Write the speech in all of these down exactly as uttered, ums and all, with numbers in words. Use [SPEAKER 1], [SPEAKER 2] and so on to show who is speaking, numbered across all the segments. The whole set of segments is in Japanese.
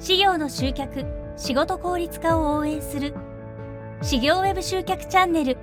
[SPEAKER 1] 事業の集客・仕事効率化を応援する事業ウェブ集客チャンネル。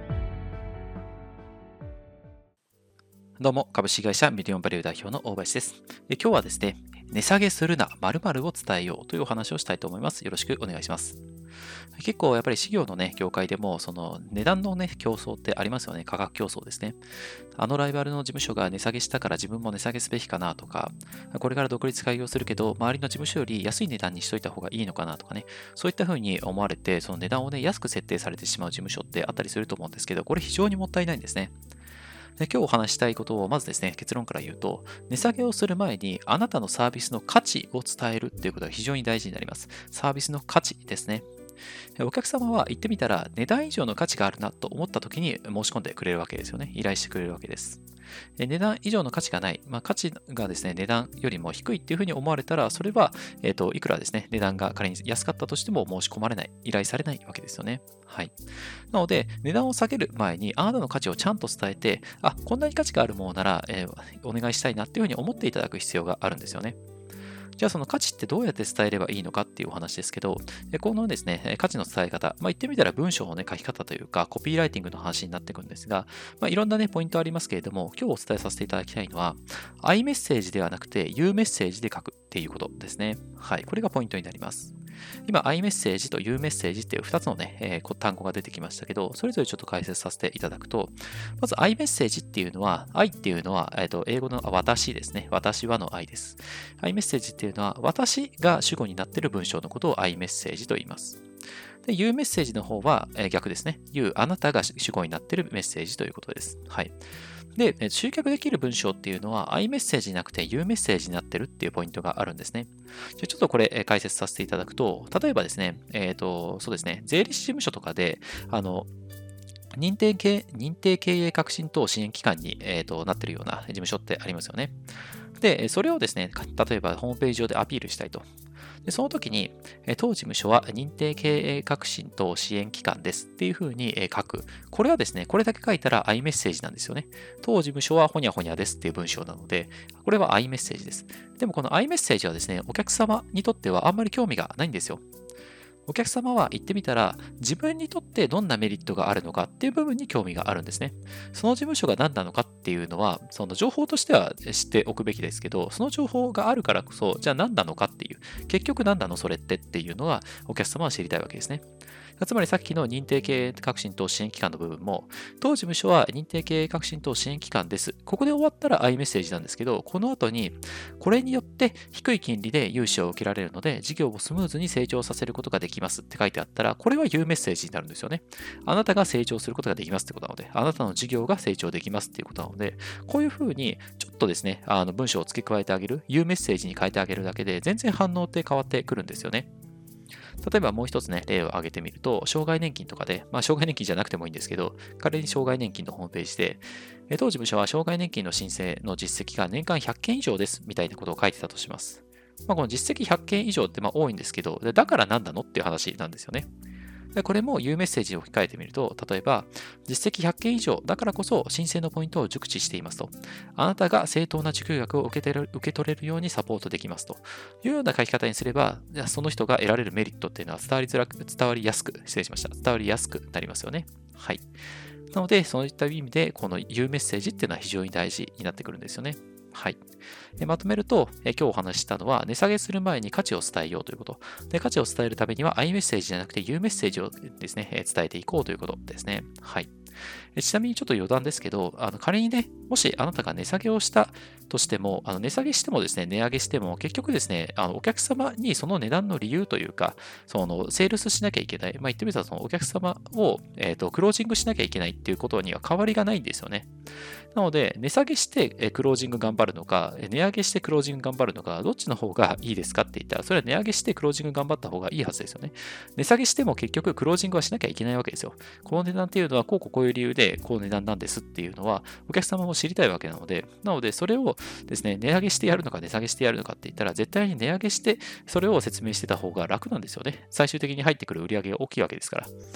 [SPEAKER 2] どうも、株式会社ミリオンバリュー代表の大林です。え今日はですね、値下げするな〇〇を伝えようというお話をしたいと思います。よろしくお願いします。結構やっぱり事業のね、業界でもその値段のね、競争ってありますよね。価格競争ですね。あのライバルの事務所が値下げしたから自分も値下げすべきかなとか、これから独立開業するけど、周りの事務所より安い値段にしといた方がいいのかなとかね、そういったふうに思われて、その値段をね、安く設定されてしまう事務所ってあったりすると思うんですけど、これ非常にもったいないんですね。で今日お話したいことをまずですね、結論から言うと、値下げをする前にあなたのサービスの価値を伝えるっていうことが非常に大事になります。サービスの価値ですね。お客様は言ってみたら値段以上の価値があるなと思った時に申し込んでくれるわけですよね。依頼してくれるわけです。値段以上の価値がない、まあ、価値がですね、値段よりも低いっていうふうに思われたら、それは、えっと、いくらですね、値段が仮に安かったとしても申し込まれない、依頼されないわけですよね。はい。なので、値段を下げる前に、あなたの価値をちゃんと伝えて、あ、こんなに価値があるものなら、えー、お願いしたいなっていうふうに思っていただく必要があるんですよね。じゃあその価値ってどうやって伝えればいいのかっていうお話ですけど、このですね、価値の伝え方、まあ、言ってみたら文章の、ね、書き方というか、コピーライティングの話になってくるんですが、まあ、いろんな、ね、ポイントありますけれども、今日お伝えさせていただきたいのは、I メッセージではなくて U メッセージで書くっていうことですね。はい、これがポイントになります。今、I メッセージと U メッセージっていうふたつのね、えー、単語が出てきましたけど、それぞれちょっと解説させていただくと、まず I メッセージっていうのは、I っていうのは、えー、と英語の私ですね。私はの I です。I メッセージっていうのは、私が主語になっている文章のことを I メッセージと言います。で、U メッセージの方は、えー、逆ですね。You、あなたが主語になっているメッセージということです。はい。で、集客できる文章っていうのは I メッセージじゃなくて U メッセージになってるっていうポイントがあるんですね。じゃちょっとこれ解説させていただくと、例えばですね、えっと、そうですね、税理士事務所とかで、あの、認定経認定経営革新等支援機関に、えー、となっているような事務所ってありますよね。で、それをですね、例えばホームページ上でアピールしたいと。でその時に、当事務所は認定経営革新等支援機関ですっていうふうに書く。これはですね、これだけ書いたら I メッセージなんですよね。当事務所はほにゃほにゃですっていう文章なので、これは I メッセージです。でもこの I メッセージはですね、お客様にとってはあんまり興味がないんですよ。お客様は言ってみたら、自分にとってどんなメリットがあるのかっていう部分に興味があるんですね。その事務所が何なのかっていうのは、その情報としては知っておくべきですけど、その情報があるからこそ、じゃあ何なのかっていう、結局何なのそれってっていうのは、お客様は知りたいわけですね。つまりさっきの認定経営革新等支援機関の部分も、当事務所は認定経営革新等支援機関です。ここで終わったら I メッセージなんですけど、この後に、これによって低い金利で融資を受けられるので、事業をスムーズに成長させることができますって書いてあったら、これは U メッセージになるんですよね。あなたが成長することができますってことなので、あなたの事業が成長できますっていうことなので、こういうふうにちょっとですね、あの文章を付け加えてあげる、U メッセージに変えてあげるだけで、全然反応って変わってくるんですよね。例えばもう一つね、例を挙げてみると、障害年金とかで、まあ、障害年金じゃなくてもいいんですけど、仮に障害年金のホームページで、当事務所は障害年金の申請の実績が年間ひゃっけん以上ですみたいなことを書いてたとします。まあ、この実績ひゃっけん以上ってまあ多いんですけど、だから何なのっていう話なんですよね。でこれも U メッセージを置き換えてみると、例えば、実績ひゃっけん以上だからこそ申請のポイントを熟知していますと。あなたが正当な受給額を受けてる受け取れるようにサポートできますというような書き方にすれば、その人が得られるメリットっていうのは伝わりづらく、伝わりやすく、失礼しました。伝わりやすくなりますよね。はい。なので、そういった意味で、この U メッセージっていうのは非常に大事になってくるんですよね。はい。まとめると、今日お話ししたのは、値下げする前に価値を伝えようということ。で価値を伝えるためには I メッセージじゃなくて U メッセージをですね、伝えていこうということですね。はい。ちなみにちょっと余談ですけど、あの仮にね、もしあなたが値下げをしたとしても、あの値下げしてもですね、値上げしても、結局ですね、あのお客様にその値段の理由というか、そのセールスしなきゃいけない、まあ、言ってみたらそのお客様を、えーと、クロージングしなきゃいけないっていうことには変わりがないんですよね。なので、値下げしてクロージング頑張るのか、値上げしてクロージング頑張るのか、どっちの方がいいですかって言ったら、それは値上げしてクロージング頑張った方がいいはずですよね。値下げしても結局クロージングはしなきゃいけないわけですよ。この値段っていうのは、こうこうこういう理由で、こう値段なんですっていうのは、お客様も知りたいわけなので、なので、それをですね、値上げしてやるのか、値下げしてやるのかって言ったら、絶対に値上げして、それを説明してた方が楽なんですよね。最終的に入ってくる売り上げが大きいわけですから。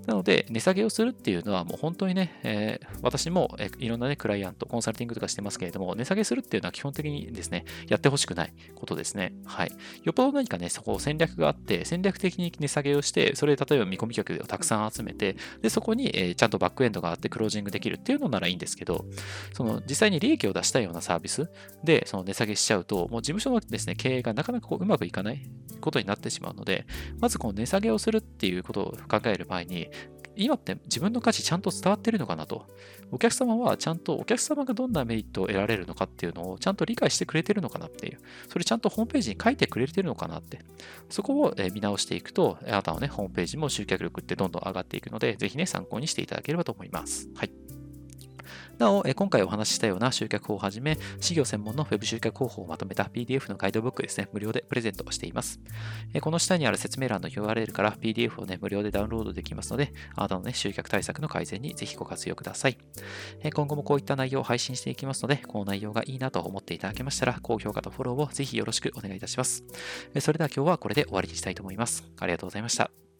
[SPEAKER 2] なので、値下げをするっていうのはもう本当にね、えー私もえいろんなね、クライアント、コンサルティングとかしてますけれども、値下げするっていうのは基本的にですね、やってほしくないことですね。はい。よっぽど何かね、そこ戦略があって、戦略的に値下げをして、それで例えば見込み客をたくさん集めて、で、そこに、えーちゃんとバックエンドがあってクロージングできるっていうのならいいんですけど、その実際に利益を出したいようなサービスで、その値下げしちゃうと、もう事務所のですね、経営がなかなかこううまくいかないことになってしまうので、まずこの値下げをするっていうことを考える前に、今って自分の価値ちゃんと伝わってるのかなと。お客様はちゃんとお客様がどんなメリットを得られるのかっていうのをちゃんと理解してくれてるのかなっていう。それちゃんとホームページに書いてくれてるのかなって。そこをえー見直していくと、あなたのね、ホームページも集客力ってどんどん上がっていくので、ぜひね、参考にしていただければと思います。はい。なお、えー今回お話ししたような集客法をはじめ、事業専門の Web 集客方法をまとめた ピーディーエフ のガイドブックですね、無料でプレゼントしています。えーこの下にある説明欄の ユーアールエル から ピーディーエフ をね、無料でダウンロードできますので、あなたのね、集客対策の改善にぜひご活用ください。えー今後もこういった内容を配信していきますので、この内容がいいなと思っていただけましたら、高評価とフォローをぜひよろしくお願いいたします。えーそれでは今日はこれで終わりにしたいと思います。ありがとうございました。